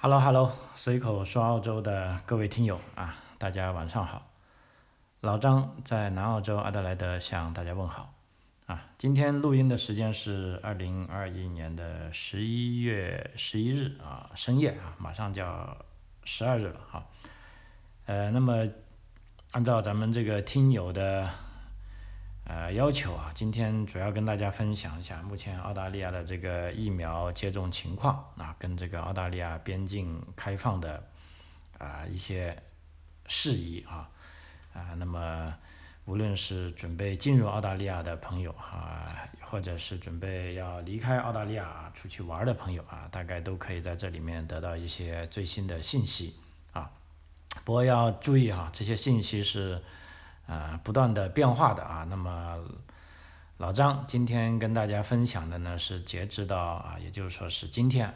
Hello Hello，随口说澳洲的各位听友啊，大家晚上好。老张在南澳洲阿德莱德向大家问好啊。今天录音的时间是2021年的11月11日啊，深夜啊，马上就要12日了哈。那么按照咱们这个听友的要求啊，今天主要跟大家分享一下目前澳大利亚的这个疫苗接种情况啊，跟这个澳大利亚边境开放的一些事宜那么无论是准备进入澳大利亚的朋友或者是准备要离开澳大利亚出去玩的朋友大概都可以在这里面得到一些最新的信息啊。不过要注意这些信息是不断的变化的那么老张今天跟大家分享的呢是截止到也就是说是今天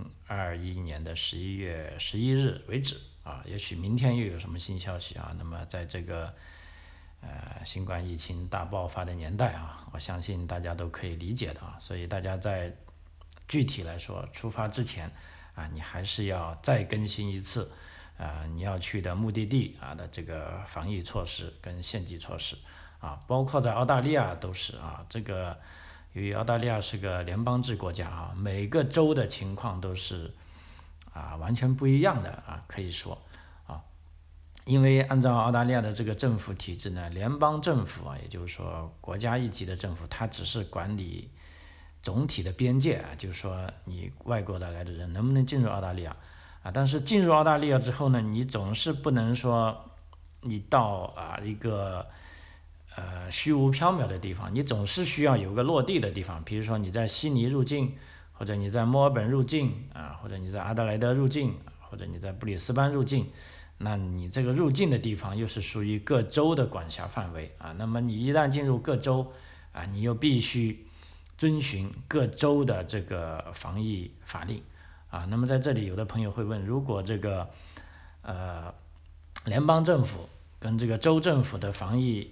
2021年的11月11日为止也许明天又有什么新消息那么在这个新冠疫情大爆发的年代我相信大家都可以理解的所以大家在具体来说出发之前你还是要再更新一次你要去的目的地的这个防疫措施跟限制措施包括在澳大利亚都是这个由于澳大利亚是个联邦制国家每个州的情况都是完全不一样的可以说因为按照澳大利亚的这个政府体制呢，联邦政府也就是说国家一级的政府，它只是管理总体的边界就是说你外国的来的人能不能进入澳大利亚但是进入澳大利亚之后呢，你总是不能说你到一个虚无缥缈的地方，你总是需要有个落地的地方，比如说你在悉尼入境，或者你在墨尔本入境或者你在阿德莱德入境，或者你在布里斯班入境，那你这个入境的地方又是属于各州的管辖范围那么你一旦进入各州你又必须遵循各州的这个防疫法令那么在这里有的朋友会问，如果这个联邦政府跟这个州政府的防疫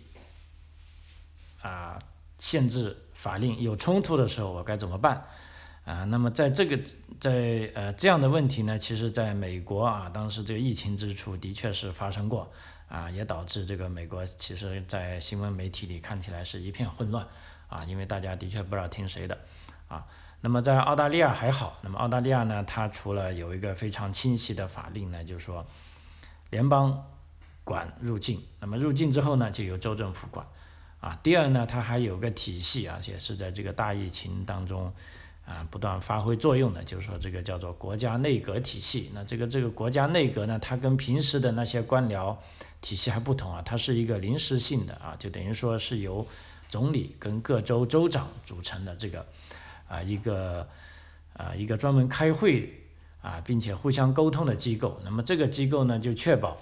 限制法令有冲突的时候我该怎么办那么在这样的问题呢，其实在美国当时这个疫情之初的确是发生过也导致这个美国其实在新闻媒体里看起来是一片混乱因为大家的确不知道听谁的那么在澳大利亚还好，那么澳大利亚呢，它除了有一个非常清晰的法令呢，就是说联邦管入境，那么入境之后呢，就由州政府管第二呢，它还有个体系也是在这个大疫情当中不断发挥作用的，就是说这个叫做国家内阁体系。那这个国家内阁呢，它跟平时的那些官僚体系还不同它是一个临时性的就等于说是由总理跟各州州长组成的这个一个专门开会并且互相沟通的机构。那么这个机构呢，就确保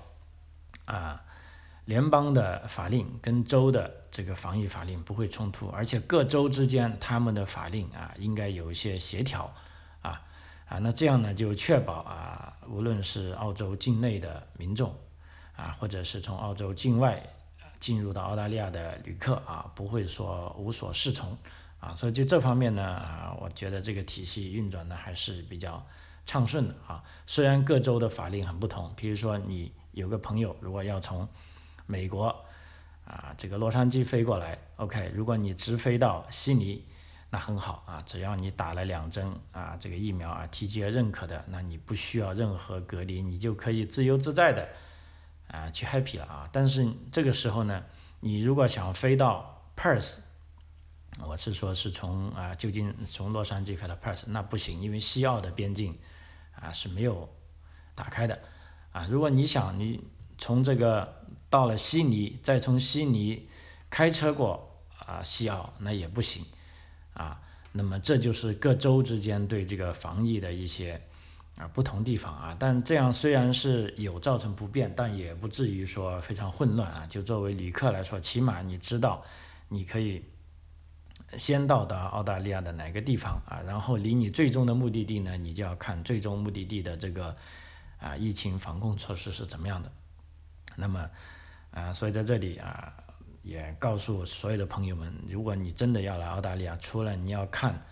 联邦的法令跟州的这个防疫法令不会冲突，而且各州之间他们的法令应该有一些协调那这样呢就确保无论是澳洲境内的民众或者是从澳洲境外进入到澳大利亚的旅客不会说无所适从所以就这方面呢我觉得这个体系运转呢还是比较畅顺的虽然各州的法令很不同，比如说你有个朋友如果要从美国这个洛杉矶飞过来 OK， 如果你直飞到悉尼那很好只要你打了2针这个疫苗TGA 认可的，那你不需要任何隔离，你就可以自由自在的去 happy 了但是这个时候呢，你如果想飞到 Perth， 我是说是从旧金从洛杉矶飞到 Perth， 那不行，因为西澳的边境是没有打开的如果你想你从这个到了悉尼，再从悉尼开车过西澳，那也不行那么这就是各州之间对这个防疫的一些不同地方但这样虽然是有造成不便，但也不至于说非常混乱就作为旅客来说，起码你知道你可以先到达澳大利亚的哪个地方然后离你最终的目的地呢，你就要看最终目的地的这个疫情防控措施是怎么样的。那么所以在这里也告诉所有的朋友们，如果你真的要来澳大利亚，除了你要看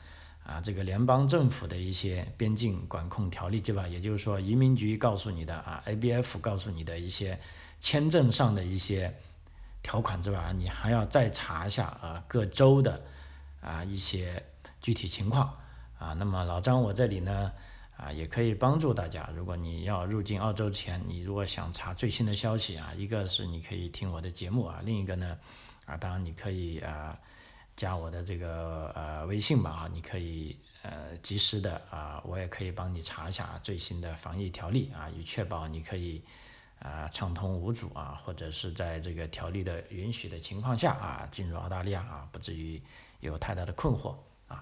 这个联邦政府的一些边境管控条例，对吧？也就是说移民局告诉你的ABF 告诉你的一些签证上的一些条款之外，你还要再查一下各州的一些具体情况那么老张我这里呢也可以帮助大家，如果你要入境澳洲前，你如果想查最新的消息一个是你可以听我的节目另一个呢当然你可以加我的这个微信吧你可以及时的我也可以帮你查一下最新的防疫条例以确保你可以畅通无阻或者是在这个条例的允许的情况下进入澳大利亚不至于有太大的困惑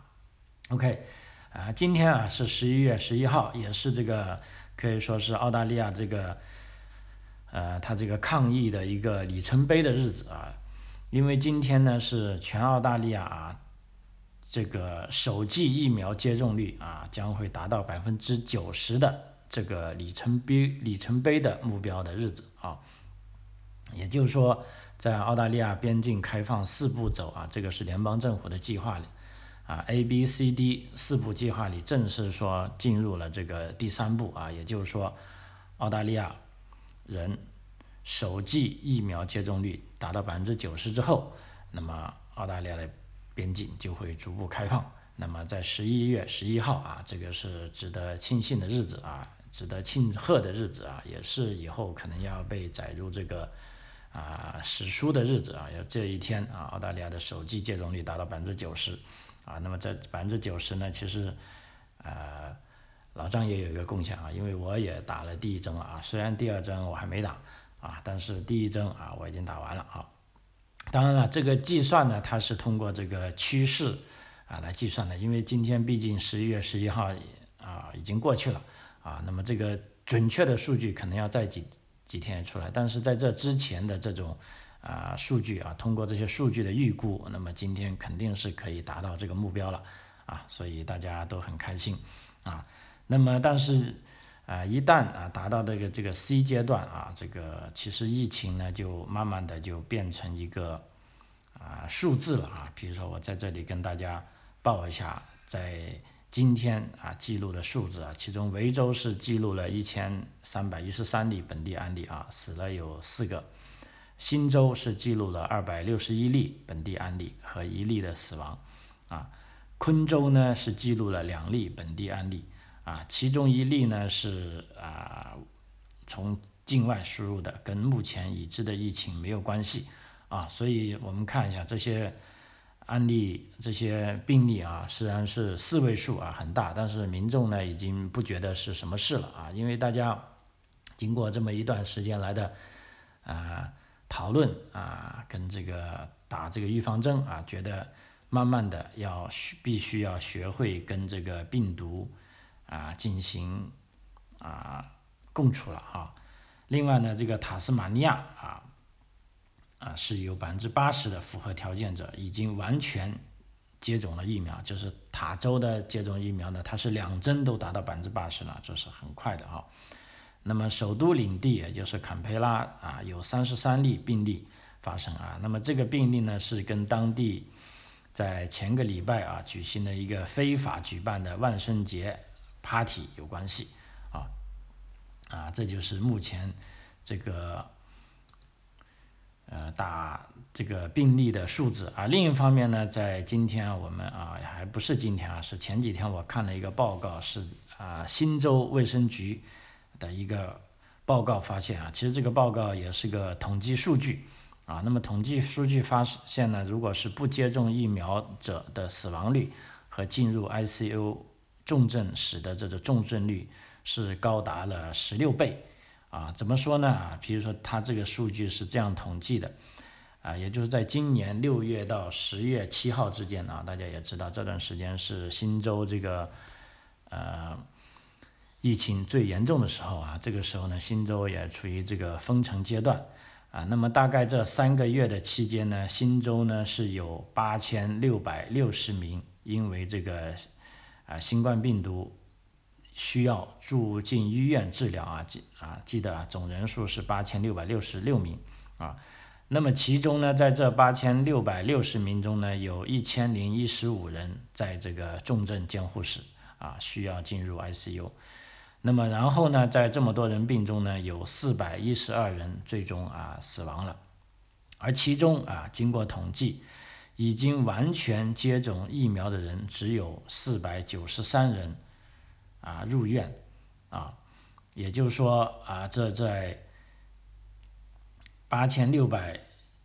OK 今天是11月11号，也是这个可以说是澳大利亚这个它这个抗疫的一个里程碑的日子因为今天呢是全澳大利亚这个首剂疫苗接种率将会达到90%的这个里程碑的目标的日子也就是说在澳大利亚边境开放4步走这个是联邦政府的计划里ABCD 4步计划里正式说进入了这个第3步也就是说澳大利亚人首剂疫苗接种率达到90%之后，那么澳大利亚的边境就会逐步开放。那么在11月11号这个是值得庆幸的日子值得庆贺的日子也是以后可能要被载入这个史书的日子有这一天澳大利亚的首剂接种率达到90%那么这90%呢，其实老张也有一个贡献因为我也打了第1针了虽然第2针我还没打但是第1针我已经打完了当然了，这个计算呢，它是通过这个趋势来计算的，因为今天毕竟11月11号已经过去了那么这个准确的数据可能要再几天出来，但是在这之前的这种数据通过这些数据的预估，那么今天肯定是可以达到这个目标了所以大家都很开心那么但是一旦达到这个 C 阶段这个其实疫情呢就慢慢的就变成一个数字了比如说我在这里跟大家报一下，在今天记录的数字其中维州是记录了1313例本地案例死了有4个，新州是记录了261例本地案例和1例的死亡昆州呢是记录了2例本地案例其中1例呢是从境外输入的，跟目前已知的疫情没有关系所以我们看一下这些案例这些病例虽然是4位数很大，但是民众呢已经不觉得是什么事了因为大家经过这么一段时间来的讨论跟这个打这个预防针觉得慢慢的必须要学会跟这个病毒进行共处了另外呢，这个塔斯马尼亚是有80%的符合条件者已经完全接种了疫苗，就是塔州的接种疫苗呢，它是2针都达到80%了，这是很快的那么首都领地也就是坎培拉有33例病例发生那么这个病例呢是跟当地在前个礼拜举行的一个非法举办的万圣节 party 有关系这就是目前这个打这个病例的数字另一方面呢，在今天我们还不是今天是前几天我看了一个报告，是新州卫生局的一个报告发现其实这个报告也是个统计数据那么统计数据发现呢，如果是不接种疫苗者的死亡率和进入 ICU 重症室的这个重症率是高达了16倍怎么说呢比如说它这个数据是这样统计的也就是在今年6月到10月7号之间大家也知道这段时间是新州这个疫情最严重的时候这个时候呢，新州也处于这个封城阶段那么大概这3个月的期间呢，新州呢是有8660名因为这个新冠病毒需要住进医院治疗记得总人数是8666名那么其中呢，在这8660名中呢，有1015人在这个重症监护室需要进入 ICU。那么然后呢，在这么多人病中呢，有412人最终死亡了，而其中经过统计，已经完全接种疫苗的人只有493人入院也就是说这在8660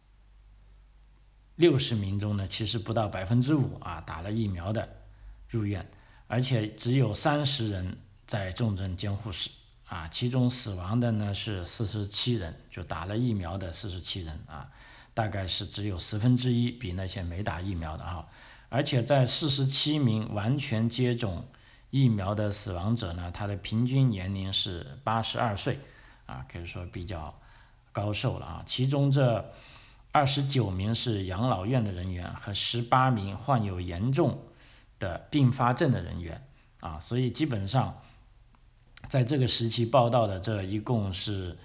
名中呢，其实不到5%打了疫苗的入院，而且只有30人在重症监护室其中死亡的呢是47人，就打了疫苗的47人大概是只有1/10比那些没打疫苗的而且在47名完全接种疫苗的死亡者呢，他的平均年龄是82岁可以说比较高寿了其中这29名是养老院的人员和18名患有严重的并发症的人员所以基本上在这个时期报道的这一共是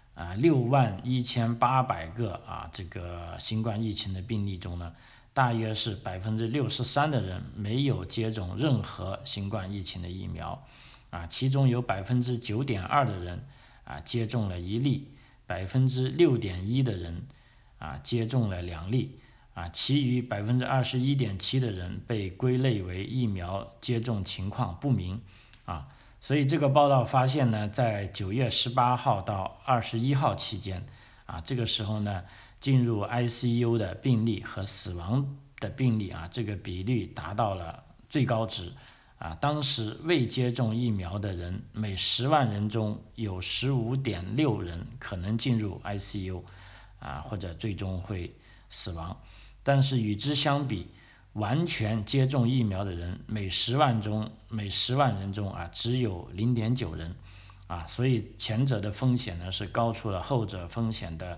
61800个这个新冠疫情的病例中呢，大约是63%的人没有接种任何新冠疫情的疫苗其中有9.2%的人接种了1例，6.1%的人接种了2例其余21.7%的人被归类为疫苗接种情况不明所以这个报道发现呢，在9月18号到21号期间这个时候呢，进入 ICU 的病例和死亡的病例这个比率达到了最高值当时未接种疫苗的人每10万人中有15.6人可能进入 ICU或者最终会死亡，但是与之相比，完全接种疫苗的人每10万人中只有0.9人所以前者的风险呢是高出了后者风险的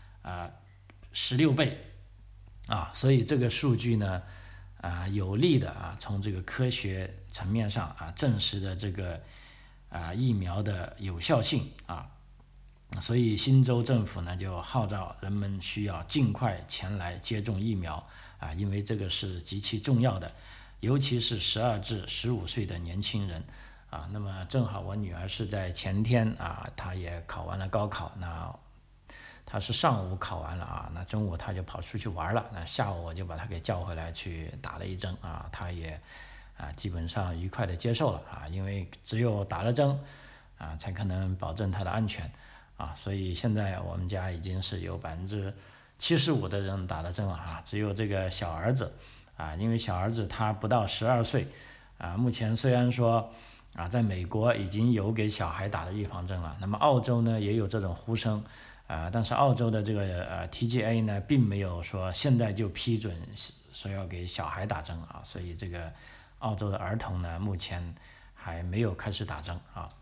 16倍所以这个数据呢有力的从这个科学层面上证实的这个疫苗的有效性所以新州政府呢就号召人们需要尽快前来接种疫苗因为这个是极其重要的，尤其是12至15岁的年轻人那么正好我女儿是在前天她也考完了高考，那她是上午考完了那中午她就跑出去玩了，那下午我就把她给叫回来去打了一针她也基本上愉快的接受了因为只有打了针才可能保证她的安全所以现在我们家已经是有75%的人打了针了只有这个小儿子因为小儿子他不到12岁目前虽然说在美国已经有给小孩打的预防针了，那么澳洲呢也有这种呼声但是澳洲的这个TGA 呢并没有说现在就批准说要给小孩打针所以这个澳洲的儿童呢目前还没有开始打针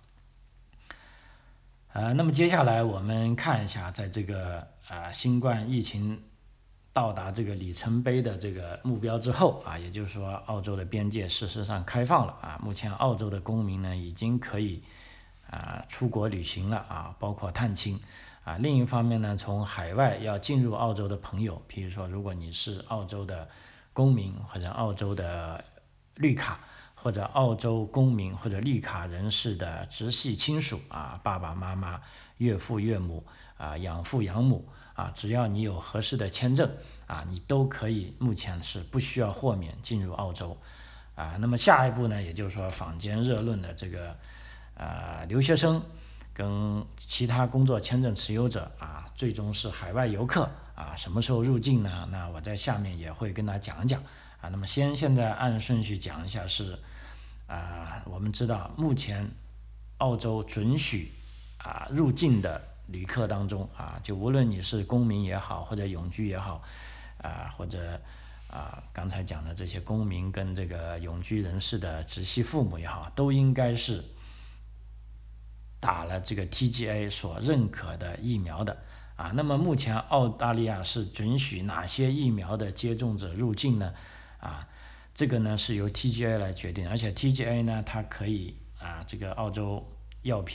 那么接下来我们看一下，在这个新冠疫情到达这个里程碑的这个目标之后也就是说澳洲的边界事实上开放了目前澳洲的公民呢已经可以出国旅行了包括探亲另一方面呢，从海外要进入澳洲的朋友，比如说如果你是澳洲的公民或者澳洲的绿卡或者澳洲公民或者绿卡人士的直系亲属爸爸妈妈、岳父岳母养父养母只要你有合适的签证你都可以目前是不需要豁免进入澳洲那么下一步呢，也就是说坊间热论的这个留学生跟其他工作签证持有者最终是海外游客什么时候入境呢？那我在下面也会跟大家讲一讲那么现在按顺序讲一下是我们知道目前澳洲准许入境的旅客当中就无论你是公民也好或者永居也好或者刚才讲的这些公民跟这个永居人士的直系父母也好，都应该是打了这个 TGA 所认可的疫苗的那么目前澳大利亚是准许哪些疫苗的接种者入境呢这个呢是由 TGA 来决定，而且 TGA 呢它可以这个澳洲药品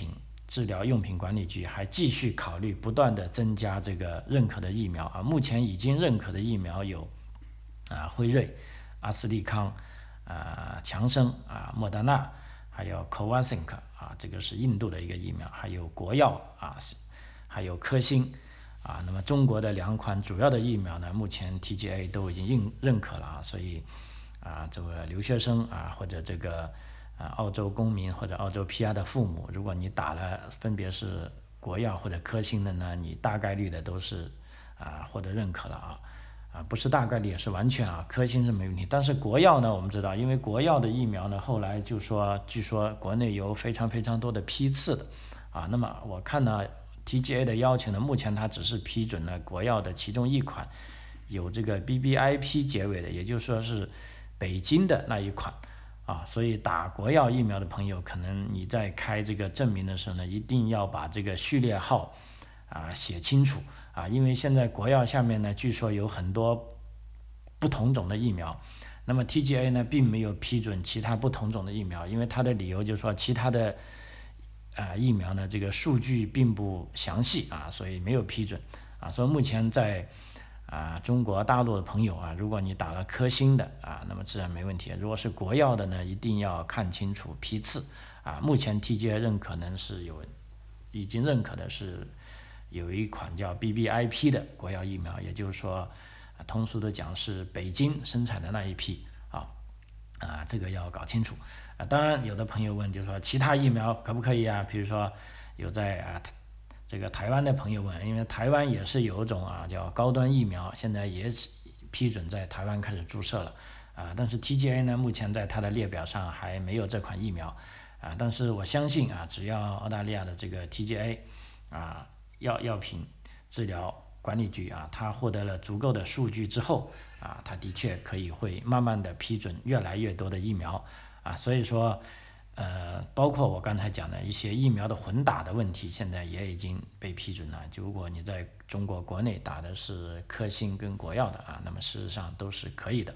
治疗用品管理局还继续考虑不断的增加这个认可的疫苗啊，目前已经认可的疫苗有辉瑞、阿斯利康、强生莫德纳，还有 Covaxin 这个是印度的一个疫苗，还有国药还有科兴那么中国的2款主要的疫苗呢，目前 TGA 都已经认可了所以这个留学生或者这个澳洲公民或者澳洲 PR 的父母，如果你打了分别是国药或者科兴的呢，你大概率的都是获得认可了不是大概率也是完全科兴是没问题，但是国药呢，我们知道因为国药的疫苗呢，后来据说国内有非常非常多的批次的那么我看呢 TGA 的要求呢，目前它只是批准了国药的其中一款有这个 BBIP 结尾的，也就是说是北京的那一款所以打国药疫苗的朋友，可能你在开这个证明的时候呢，一定要把这个序列号写清楚因为现在国药下面呢，据说有很多不同种的疫苗，那么 TGA 呢并没有批准其他不同种的疫苗，因为它的理由就是说其他的疫苗呢这个数据并不详细所以没有批准所以目前在中国大陆的朋友如果你打了科兴的那么自然没问题，如果是国药的呢，一定要看清楚批次目前 TGA 认可呢是已经认可的是有一款叫 BBIP 的国药疫苗，也就是说通俗的讲是北京生产的那一批这个要搞清楚当然有的朋友问就是说其他疫苗可不可以比如说有在这个台湾的朋友问，因为台湾也是有一种叫高端疫苗，现在也批准在台湾开始注射了但是 TGA 呢目前在它的列表上还没有这款疫苗但是我相信只要澳大利亚的这个 TGA 药品治疗管理局它获得了足够的数据之后它的确会慢慢的批准越来越多的疫苗所以说包括我刚才讲的一些疫苗的混打的问题，现在也已经被批准了。如果你在中国国内打的是科兴跟国药的那么事实上都是可以的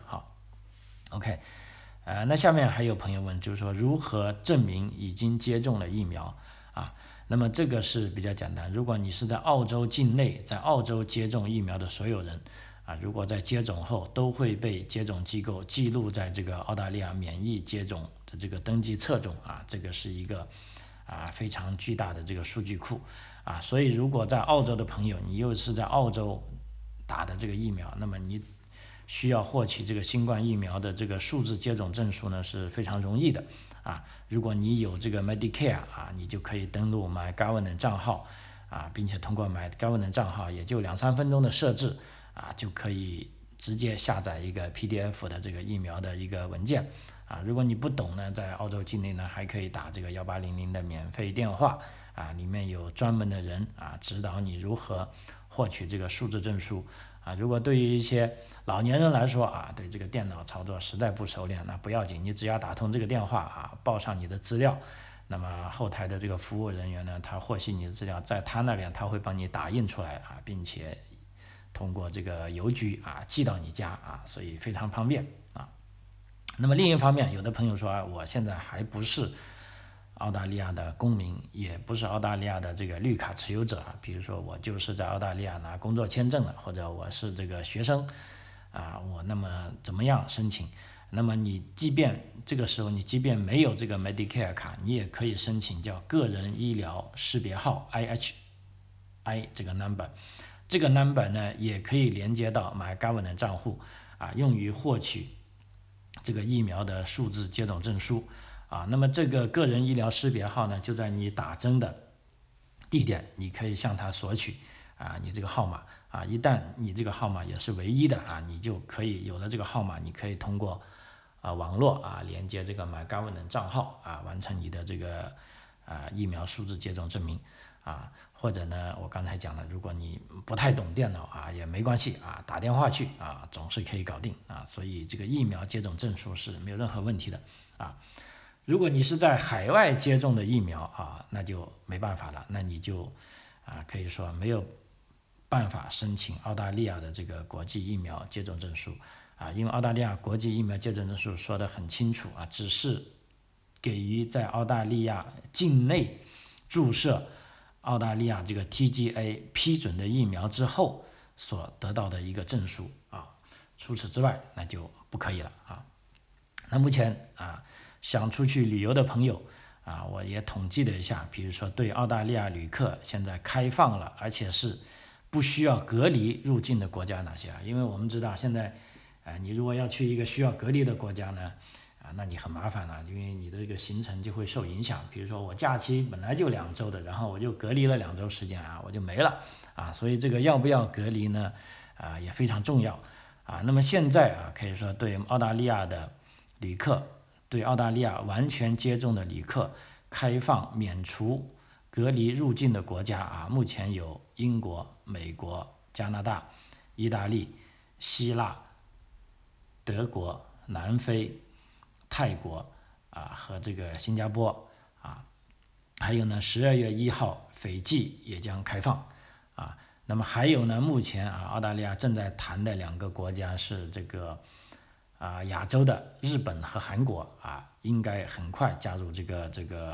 OK 那下面还有朋友问，就是说如何证明已经接种了疫苗那么这个是比较简单，如果你是在澳洲境内，在澳洲接种疫苗的所有人如果在接种后都会被接种机构记录在这个澳大利亚免疫接种的这个登记册中这个是一个非常巨大的这个数据库所以如果在澳洲的朋友，你又是在澳洲打的这个疫苗，那么你需要获取这个新冠疫苗的这个数字接种证书呢是非常容易的如果你有这个 Medicare 你就可以登录 MyGovernment 账号并且通过 MyGovernment 账号也就2-3分钟的设置就可以直接下载一个 PDF 的这个疫苗的一个文件如果你不懂呢，在澳洲境内呢还可以打这个1800的免费电话里面有专门的人指导你如何获取这个数字证书如果对于一些老年人来说对这个电脑操作实在不熟练，那不要紧，你只要打通这个电话报上你的资料，那么后台的这个服务人员呢，他获悉你的资料，在他那边他会帮你打印出来并且通过这个邮局寄到你家所以非常方便那么另一方面，有的朋友说我现在还不是澳大利亚的公民，也不是澳大利亚的这个绿卡持有者比如说我就是在澳大利亚拿工作签证的，或者我是这个学生我那么怎么样申请？那么你即便这个时候你即便没有这个 Medicare 卡，你也可以申请叫个人医疗识别号 IHI 这个 number， 这个 number 呢也可以连接到 MyGovernment 账户用于获取这个疫苗的数字接种证书那么这个个人医疗识别号呢，就在你打针的地点，你可以向他索取你这个号码一旦你这个号码也是唯一的你就可以有了这个号码，你可以通过网络连接这个 MyGovernment 账号完成你的这个疫苗数字接种证明或者呢，我刚才讲了，如果你不太懂电脑也没关系打电话去总是可以搞定所以这个疫苗接种证书是没有任何问题的如果你是在海外接种的疫苗那就没办法了，那你就可以说没有办法申请澳大利亚的这个国际疫苗接种证书因为澳大利亚国际疫苗接种证书说得很清楚只是给予在澳大利亚境内注射澳大利亚这个 TGA 批准的疫苗之后所得到的一个证书啊，除此之外那就不可以了啊。那目前啊，想出去旅游的朋友啊，我也统计了一下，比如说对澳大利亚旅客现在开放了，而且是不需要隔离入境的国家哪些啊？因为我们知道现在你如果要去一个需要隔离的国家呢，那你很麻烦了，因为你的这个行程就会受影响。比如说我假期本来就2周的，然后我就隔离了2周时间啊，我就没了啊，所以这个要不要隔离呢？也非常重要啊。那么现在可以说对澳大利亚的旅客，对澳大利亚完全接种的旅客开放免除隔离入境的国家啊，目前有英国、美国、加拿大、意大利、希腊、德国、南非、泰国和这个新加坡啊，还有呢12月1号斐济也将开放啊。那么还有呢，目前澳大利亚正在谈的2个国家是这个亚洲的日本和韩国应该很快加入这个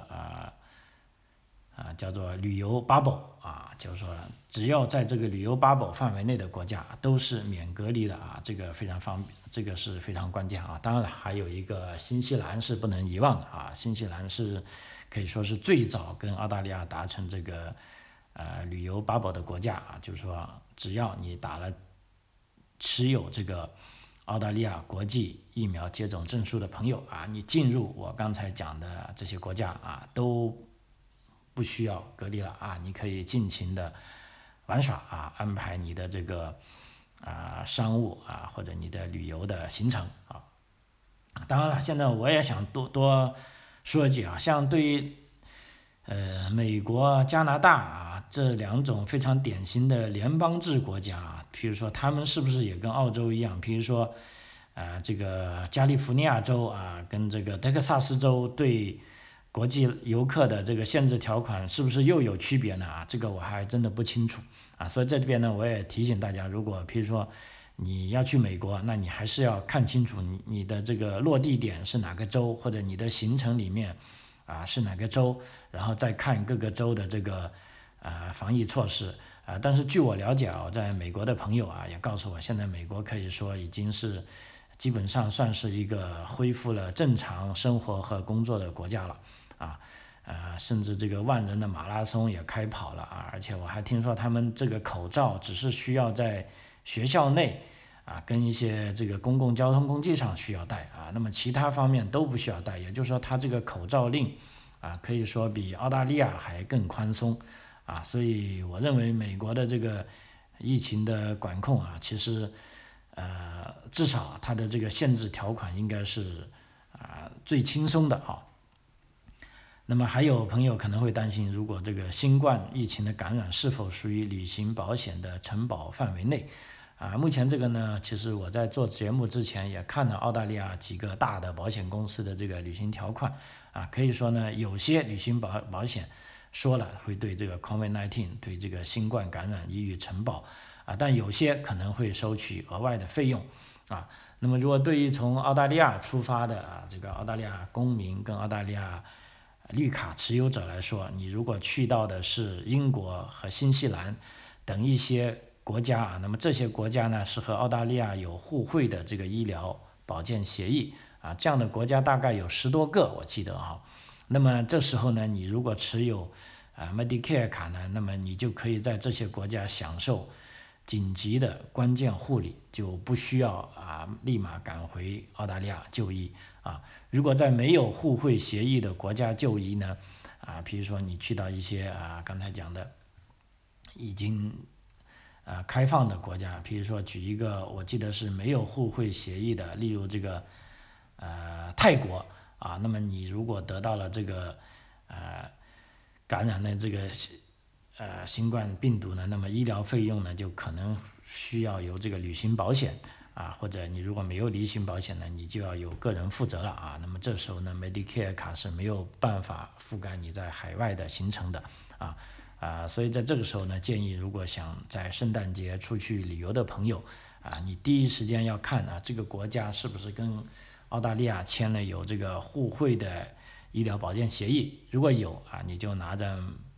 叫做旅游 bubble 就是说只要在这个旅游 bubble 范围内的国家都是免隔离的这个非常方便，这个是非常关键当然了，还有一个新西兰是不能遗忘的新西兰是可以说是最早跟澳大利亚达成这个旅游 bubble 的国家就是说只要你持有这个澳大利亚国际疫苗接种证书的朋友你进入我刚才讲的这些国家都不需要隔离了你可以尽情的玩耍安排你的这个商务或者你的旅游的行程当然了，现在我也想多说一句像对于美国、加拿大这2种非常典型的联邦制国家比如说他们是不是也跟澳洲一样，比如说这个加利福尼亚州跟这个德克萨斯州对国际游客的这个限制条款是不是又有区别呢这个我还真的不清楚所以这边呢我也提醒大家，如果譬如说你要去美国，那你还是要看清楚你的这个落地点是哪个州，或者你的行程里面是哪个州，然后再看各个州的这个防疫措施但是据我了解在美国的朋友也告诉我，现在美国可以说已经是基本上算是一个恢复了正常生活和工作的国家了甚至这个10000人的马拉松也开跑了而且我还听说他们这个口罩只是需要在学校内跟一些这个公共交通工具上需要戴那么其他方面都不需要戴，也就是说他这个口罩令可以说比澳大利亚还更宽松所以我认为美国的这个疫情的管控其实至少它的这个限制条款应该是最轻松的那么还有朋友可能会担心，如果这个新冠疫情的感染是否属于旅行保险的承保范围内目前这个呢，其实我在做节目之前也看了澳大利亚几个大的保险公司的这个旅行条款可以说呢，有些旅行保险说了会对这个 COVID-19 对这个新冠感染予以承保但有些可能会收取额外的费用那么如果对于从澳大利亚出发的这个澳大利亚公民跟澳大利亚绿卡持有者来说，你如果去到的是英国和新西兰等一些国家那么这些国家呢是和澳大利亚有互惠的这个医疗保健协议这样的国家大概有10多个我记得那么这时候呢，你如果持有Medicare 卡呢，那么你就可以在这些国家享受紧急的关键护理，就不需要立马赶回澳大利亚就医如果在没有互惠协议的国家就医呢比如说你去到一些刚才讲的已经开放的国家，比如说举一个我记得是没有互惠协议的，例如这个泰国那么你如果得到了这个感染的这个新冠病毒呢，那么医疗费用呢就可能需要由这个旅行保险或者你如果没有旅行保险呢，你就要有个人负责了那么这时候呢 Medicare 卡是没有办法覆盖你在海外的行程的所以在这个时候呢，建议如果想在圣诞节出去旅游的朋友你第一时间要看这个国家是不是跟澳大利亚签了有这个互惠的医疗保健协议，如果有你就拿着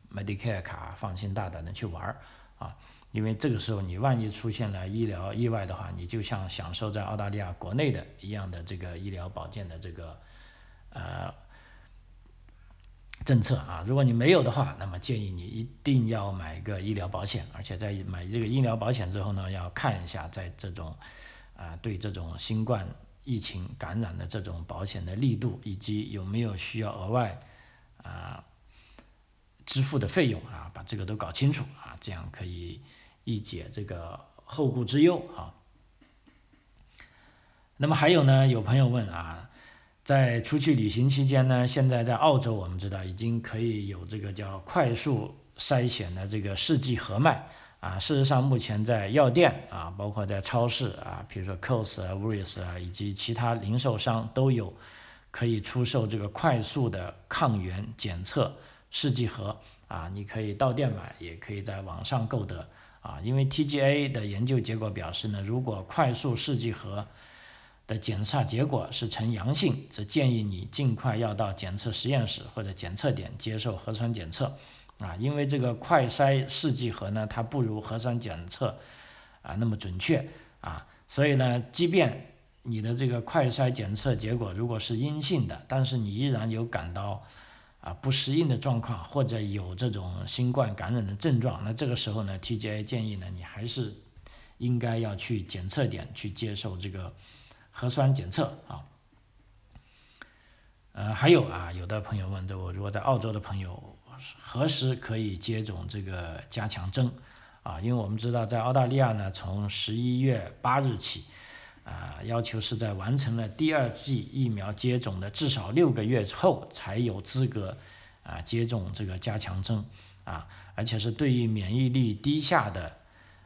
Medicare 卡放心大胆的去玩啊，因为这个时候你万一出现了医疗意外的话，你就像享受在澳大利亚国内的一样的这个医疗保健的这个政策啊。如果你没有的话，那么建议你一定要买一个医疗保险，而且在买这个医疗保险之后呢，要看一下在这种对这种新冠疫情感染的这种保险的力度，以及有没有需要额外支付的费用啊，把这个都搞清楚啊，这样可以一解这个后顾之忧啊。那么还有呢，有朋友问啊，在出去旅行期间呢，现在在澳洲我们知道已经可以有这个叫快速筛选的这个试剂盒卖啊。事实上，目前在药店啊，包括在超市啊，比如说 Coles 啊、Woolies 啊，以及其他零售商都有可以出售这个快速的抗原检测试剂盒啊，你可以到店买，也可以在网上购得啊。因为 TGA 的研究结果表示呢，如果快速试剂盒的检测结果是呈阳性，则建议你尽快要到检测实验室或者检测点接受核酸检测啊。因为这个快筛试剂盒呢，它不如核酸检测那么准确啊，所以呢，即便你的这个快筛检测结果如果是阴性的，但是你依然有感到不适应的状况，或者有这种新冠感染的症状，那这个时候呢 TGA 建议呢，你还是应该要去检测点去接受这个核酸检测啊。还有有的朋友问我，如果在澳洲的朋友何时可以接种这个加强针啊？因为我们知道在澳大利亚呢，从11月8日起要求是在完成了第2剂疫苗接种的至少6个月后才有资格接种这个加强针啊，而且是对于免疫力低下的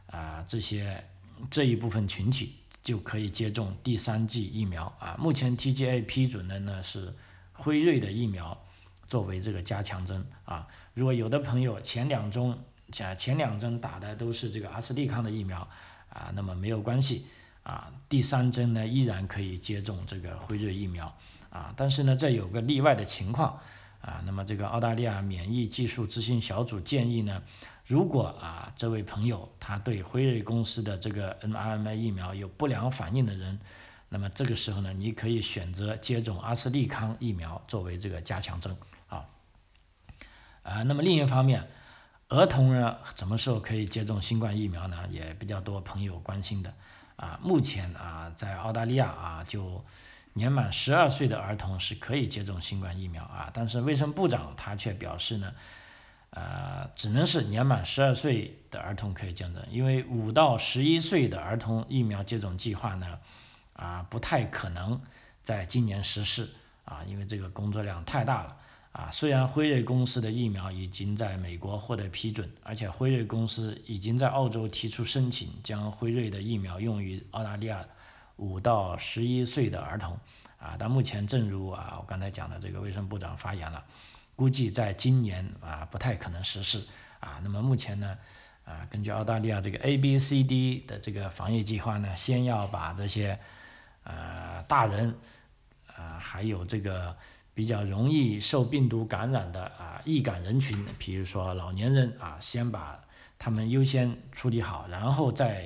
这一部分群体就可以接种第3剂疫苗啊。目前 TGA 批准的呢是辉瑞的疫苗作为这个加强针啊。如果有的朋友前2针打的都是这个阿斯利康的疫苗那么没有关系第3针呢依然可以接种这个辉瑞疫苗但是呢这有个例外的情况那么这个澳大利亚免疫技术咨询小组建议呢，如果这位朋友他对辉瑞公司的这个 mRNA 疫苗有不良反应的人，那么这个时候呢，你可以选择接种阿斯利康疫苗作为这个加强针那么另一方面，儿童呢什么时候可以接种新冠疫苗呢？也比较多朋友关心的目前在澳大利亚就年满12岁的儿童是可以接种新冠疫苗但是卫生部长他却表示呢，只能是年满12岁的儿童可以接种，因为5到11岁的儿童疫苗接种计划呢，不太可能在今年实施因为这个工作量太大了虽然辉瑞公司的疫苗已经在美国获得批准，而且辉瑞公司已经在澳洲提出申请，将辉瑞的疫苗用于澳大利亚5到11岁的儿童但目前正如我刚才讲的，这个卫生部长发言了，估计在今年不太可能实施那么目前呢根据澳大利亚这个 ABCD 的这个防疫计划呢，先要把这些大人还有这个比较容易受病毒感染的易感人群，比如说老年人先把他们优先处理好，然后再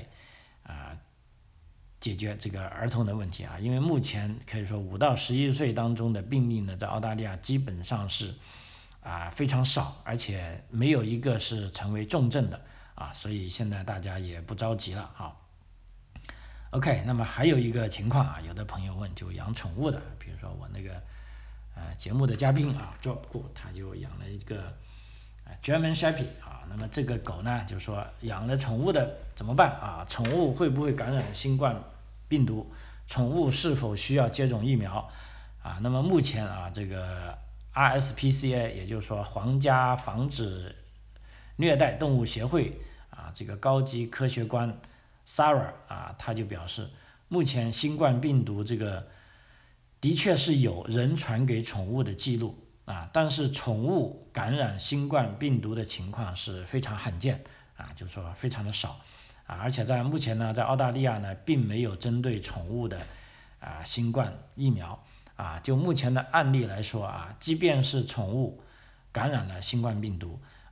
解决这个儿童的问题因为目前可以说5到11岁当中的病例呢，在澳大利亚基本上是非常少，而且没有一个是成为重症的所以现在大家也不着急了OK， 那么还有一个情况有的朋友问就养宠物的，比如说我那个节目的嘉宾Job Gu 他就养了一个German Shepherd 那么这个狗呢，就说养了宠物的怎么办宠物会不会感染新冠病毒？宠物是否需要接种疫苗那么目前这个 RSPCA 也就是说皇家防止虐待动物协会这个高级科学官 Sarah 他就表示，目前新冠病毒这个的确是有人传给宠物的记录但是宠物感染新冠病毒的情况是非常罕见就是说非常的少而且在目前呢，在澳大利亚呢，并没有针对宠物的新冠疫苗就目前的案例来说即便是宠物感染了新冠病毒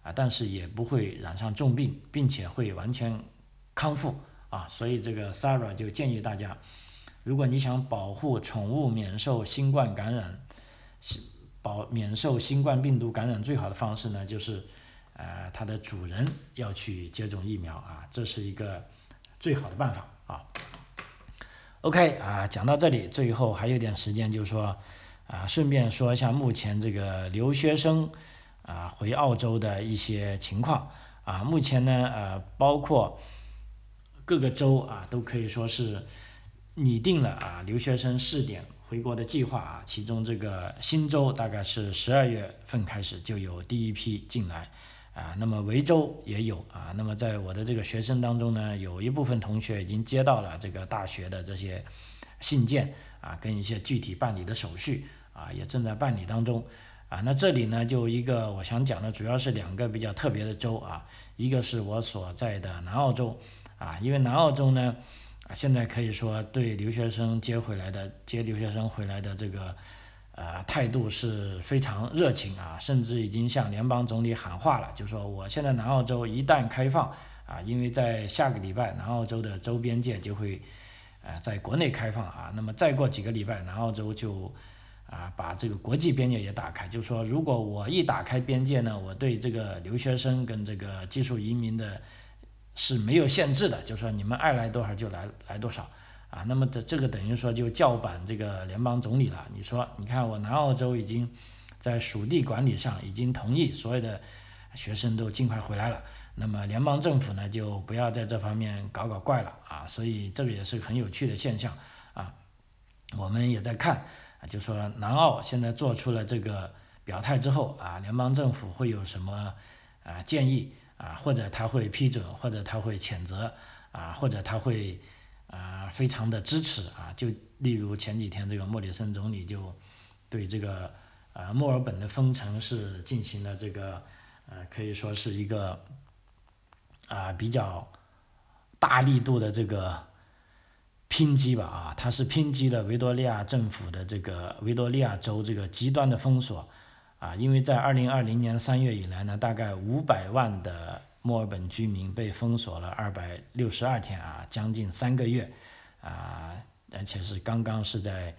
但是也不会染上重病，并且会完全康复啊。所以这个 Sarah 就建议大家，如果你想保护宠物免受新冠感染，免受新冠病毒感染，最好的方式呢，就是它的主人要去接种疫苗啊，这是一个最好的办法啊。OK 啊，讲到这里，最后还有点时间，就是说顺便说一下目前这个留学生回澳洲的一些情况啊。目前呢包括各个州都可以说是拟定了留学生试点回国的计划其中这个新州大概是12月份开始就有第一批进来那么维州也有那么在我的这个学生当中呢，有一部分同学已经接到了这个大学的这些信件跟一些具体办理的手续也正在办理当中那这里呢就一个我想讲的主要是2个比较特别的州一个是我所在的南澳洲因为南澳洲呢现在可以说对留学生接留学生回来的这个态度是非常热情甚至已经向联邦总理喊话了，就说我现在南澳洲一旦开放因为在下个礼拜南澳洲的州边界就会在国内开放那么再过几个礼拜南澳洲就把这个国际边界也打开，就是说如果我一打开边界呢，我对这个留学生跟这个技术移民的是没有限制的，就是说你们爱来多少就来多少那么这个等于说就叫板这个联邦总理了。你说你看我南澳洲已经在属地管理上已经同意所有的学生都尽快回来了，那么联邦政府呢就不要在这方面搞怪了所以这个也是很有趣的现象我们也在看就说南澳现在做出了这个表态之后联邦政府会有什么建议或者他会批准，或者他会谴责或者他会非常的支持就例如前几天这个莫里森总理就对这个墨尔本的封城是进行了这个可以说是一个比较大力度的这个拼击吧它是拼击了维多利亚政府的这个维多利亚州这个极端的封锁因为在2020年3月以来呢，大概500万的墨尔本居民被封锁了262天将近3个月而且是刚刚是在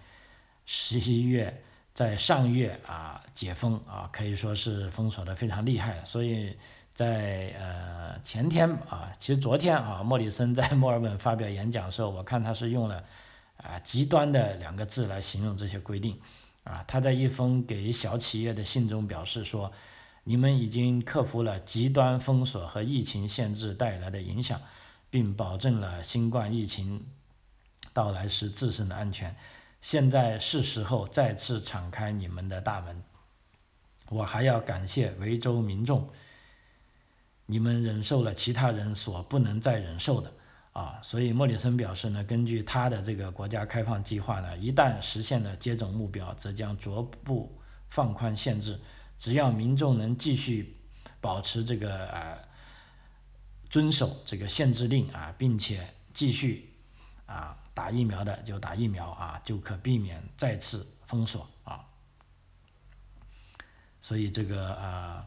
11月在上月解封可以说是封锁的非常厉害，所以在前天其实昨天莫里森在墨尔本发表演讲的时候，我看他是用了极端的2个字来形容这些规定他在一封给小企业的信中表示说，你们已经克服了极端封锁和疫情限制带来的影响，并保证了新冠疫情到来时自身的安全，现在是时候再次敞开你们的大门。我还要感谢维州民众，你们忍受了其他人所不能再忍受的所以莫里森表示呢，根据他的这个国家开放计划呢，一旦实现了接种目标，则将逐步放宽限制，只要民众能继续保持这个遵守这个限制令并且继续打疫苗的就打疫苗就可避免再次封锁所以这个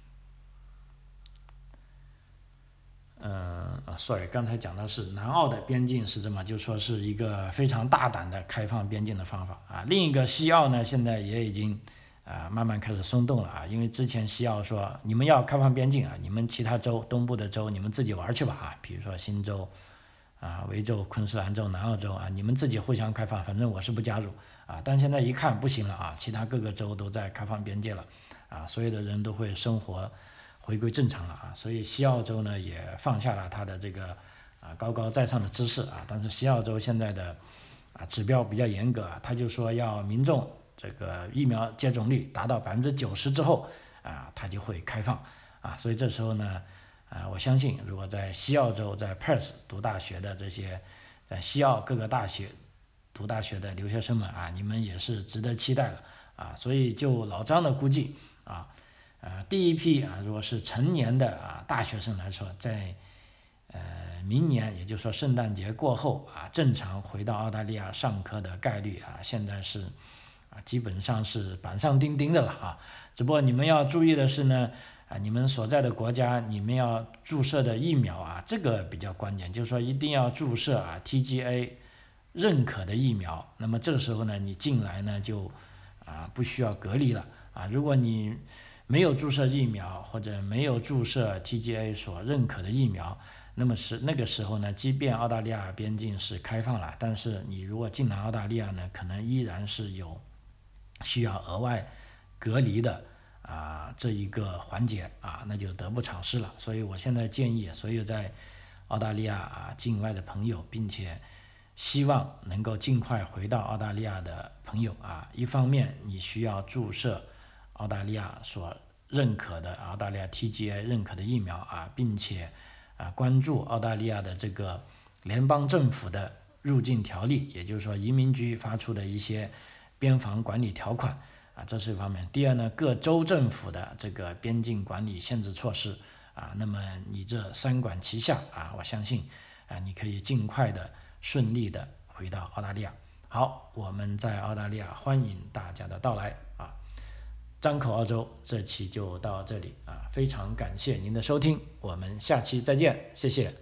sorry， 刚才讲的是南澳的边境是这么，就说是一个非常大胆的开放边境的方法另一个西澳呢，现在也已经慢慢开始松动了因为之前西澳说你们要开放边境你们其他州东部的州你们自己玩去吧比如说新州维州、昆士兰州、南澳州你们自己互相开放，反正我是不加入但现在一看不行了其他各个州都在开放边界了所有的人都会生活回归正常了所以西澳洲呢也放下了他的这个高高在上的姿势但是西澳洲现在的指标比较严格他就说要民众这个疫苗接种率达到90%之后他就会开放所以这时候呢我相信如果在西澳洲在 Perth 读大学的这些在西澳各个大学读大学的留学生们你们也是值得期待的所以就老张的估计第一批如果是成年的大学生来说，在明年也就是说圣诞节过后正常回到澳大利亚上课的概率现在是基本上是板上钉钉的了只不过你们要注意的是呢你们所在的国家你们要注射的疫苗啊，这个比较关键，就是说一定要注射TGA 认可的疫苗。那么这个时候呢，你进来呢就不需要隔离了如果你没有注射疫苗或者没有注射 TGA 所认可的疫苗，那么那个时候呢，即便澳大利亚边境是开放了，但是你如果进来澳大利亚呢，可能依然是有需要额外隔离的这一个环节那就得不偿失了。所以我现在建议所有在澳大利亚境外的朋友，并且希望能够尽快回到澳大利亚的朋友一方面你需要注射澳大利亚所认可的澳大利亚 TGA 认可的疫苗并且关注澳大利亚的这个联邦政府的入境条例，也就是说移民局发出的一些边防管理条款这是一方面。第二呢，各州政府的这个边境管理限制措施那么你这三管齐下我相信你可以尽快的顺利的回到澳大利亚。好，我们在澳大利亚欢迎大家的到来张口澳洲这期就到这里非常感谢您的收听，我们下期再见，谢谢。